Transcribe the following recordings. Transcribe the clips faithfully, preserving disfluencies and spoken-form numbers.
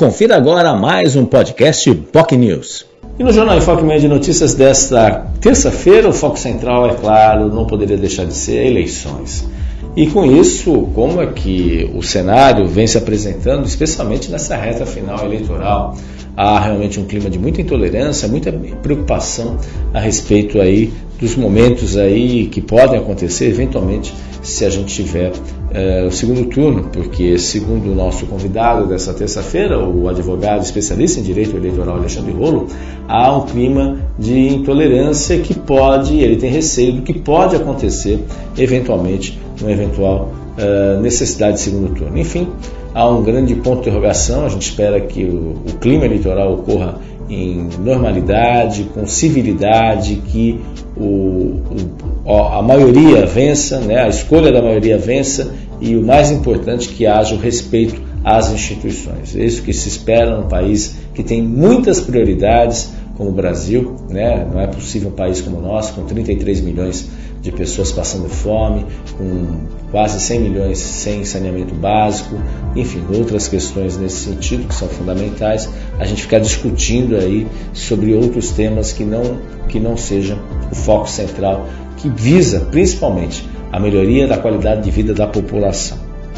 Confira agora mais um podcast Boc News. E no Jornal em Foque Meio de Notícias desta terça-feira, o foco central, é claro, não poderia deixar de ser eleições. E com isso, como é que o cenário vem se apresentando, especialmente nessa reta final eleitoral? Há realmente um clima de muita intolerância, muita preocupação a respeito aí dos momentos aí que podem acontecer eventualmente se a gente tiver uh, o segundo turno, porque segundo o nosso convidado dessa terça-feira, o advogado especialista em direito eleitoral Alexandre Rolo, há um clima de intolerância que pode, ele tem receio do que pode acontecer eventualmente, uma eventual uh, necessidade de segundo turno. Enfim, há um grande ponto de interrogação. A gente espera que o, o clima eleitoral ocorra em normalidade, com civilidade, que o, o, a maioria vença, né, a escolha da maioria vença e o mais importante, que haja o respeito às instituições. É isso que se espera num país que tem muitas prioridades, como o Brasil, né? Não é possível um país como o nosso, com trinta e três milhões de pessoas passando fome, com quase cem milhões sem saneamento básico, enfim, outras questões nesse sentido que são fundamentais, a gente ficar discutindo aí sobre outros temas que não, que não sejam o foco central, que visa principalmente a melhoria da qualidade de vida da população.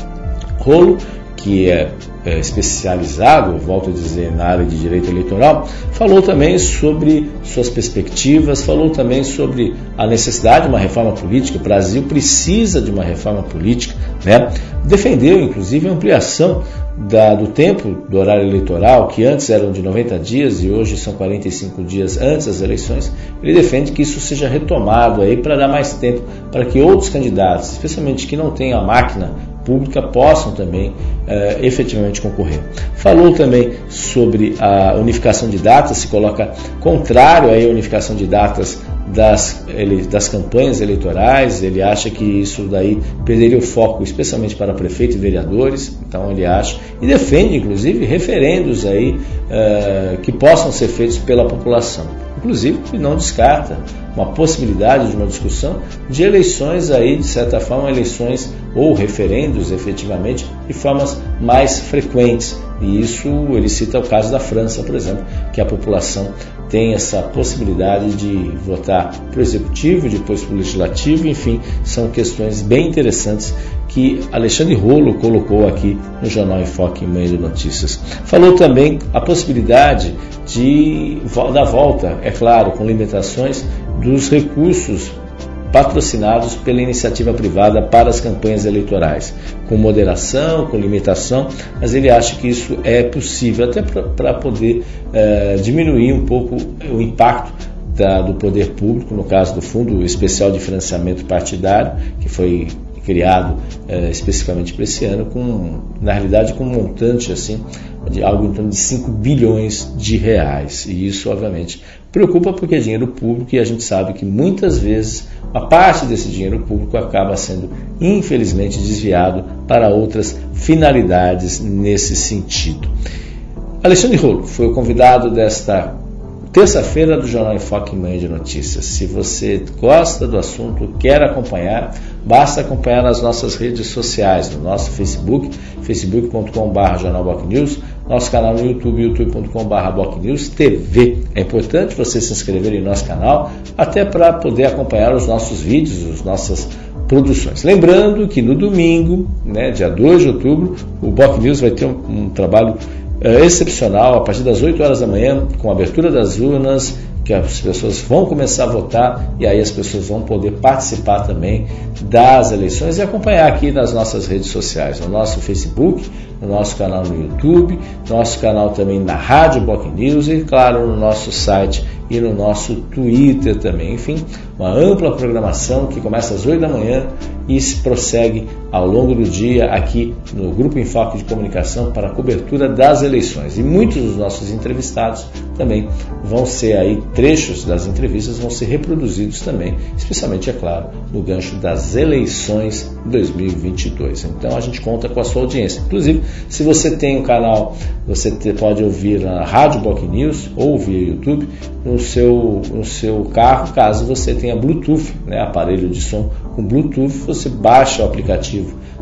Rolo, que é, é especializado, volto a dizer, na área de direito eleitoral, falou também sobre suas perspectivas, falou também sobre a necessidade de uma reforma política. O Brasil precisa de uma reforma política, né? Defendeu, inclusive, a ampliação da, do tempo do horário eleitoral, que antes eram de noventa dias e hoje são quarenta e cinco dias antes das eleições. Ele defende que isso seja retomado aí para dar mais tempo para que outros candidatos, especialmente que não tenham a máquina pública, possam também eh, efetivamente concorrer. Falou também sobre a unificação de datas, se coloca contrário aí à unificação de datas das, ele, das campanhas eleitorais. Ele acha que isso daí perderia o foco, especialmente para prefeitos e vereadores, então ele acha, e defende inclusive referendos aí eh, que possam ser feitos pela população. Inclusive, não descarta uma possibilidade de uma discussão de eleições aí, de certa forma, eleições ou referendos, efetivamente, de formas mais frequentes. E isso, ele cita o caso da França, por exemplo, que a população tem essa possibilidade de votar para o executivo, depois para o legislativo, enfim, são questões bem interessantes que Alexandre Rolo colocou aqui no Jornal em Foque Meio de Notícias. Falou também a possibilidade de, da volta, é claro, com limitações, dos recursos patrocinados pela iniciativa privada para as campanhas eleitorais, com moderação, com limitação, mas ele acha que isso é possível até para poder eh, diminuir um pouco o impacto da, do poder público, no caso do Fundo Especial de Financiamento Partidário, que foi criado eh, especificamente para esse ano, com, na realidade com um montante assim, de algo em torno de cinco bilhões de reais. E isso, obviamente, preocupa porque é dinheiro público e a gente sabe que muitas vezes uma parte desse dinheiro público acaba sendo, infelizmente, desviado para outras finalidades nesse sentido. Alexandre Rolo foi o convidado desta terça-feira do Jornal em Foque Meio de Notícias. Se você gosta do assunto, quer acompanhar, basta acompanhar nas nossas redes sociais, no nosso Facebook, facebook ponto com barra jornal boc news, nosso canal no YouTube, youtube ponto com barra boc news T V. É importante você se inscrever em nosso canal, até para poder acompanhar os nossos vídeos, as nossas produções. Lembrando que no domingo, né, dia dois de outubro, o Boc News vai ter um, um trabalho uh, excepcional, a partir das oito horas da manhã, com a abertura das urnas, que as pessoas vão começar a votar e aí as pessoas vão poder participar também das eleições e acompanhar aqui nas nossas redes sociais, no nosso Facebook, no nosso canal no YouTube, nosso canal também na Rádio Boc News e, claro, no nosso site e no nosso Twitter também. Enfim, uma ampla programação que começa às oito da manhã e se prossegue ao longo do dia aqui no Grupo em Foque de Comunicação para a cobertura das eleições. E muitos dos nossos entrevistados também vão ser aí, trechos das entrevistas vão ser reproduzidos também, especialmente, é claro, no gancho das eleições de dois mil e vinte e dois. Então a gente conta com a sua audiência. Inclusive, se você tem um canal, você pode ouvir na Rádio Boc News ou via YouTube no seu, no seu carro, caso você tenha Bluetooth, né, aparelho de som com Bluetooth, você baixa o aplicativo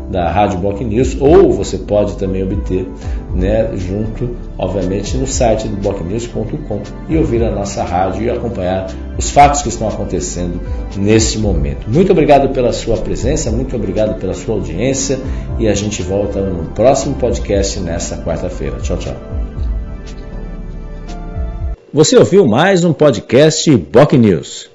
da Rádio Boc News, ou você pode também obter, né, junto, obviamente, no site do boc news ponto com e ouvir a nossa rádio e acompanhar os fatos que estão acontecendo nesse momento. Muito obrigado pela sua presença, muito obrigado pela sua audiência e a gente volta no próximo podcast nesta quarta-feira. Tchau, tchau. Você ouviu mais um podcast Boc News.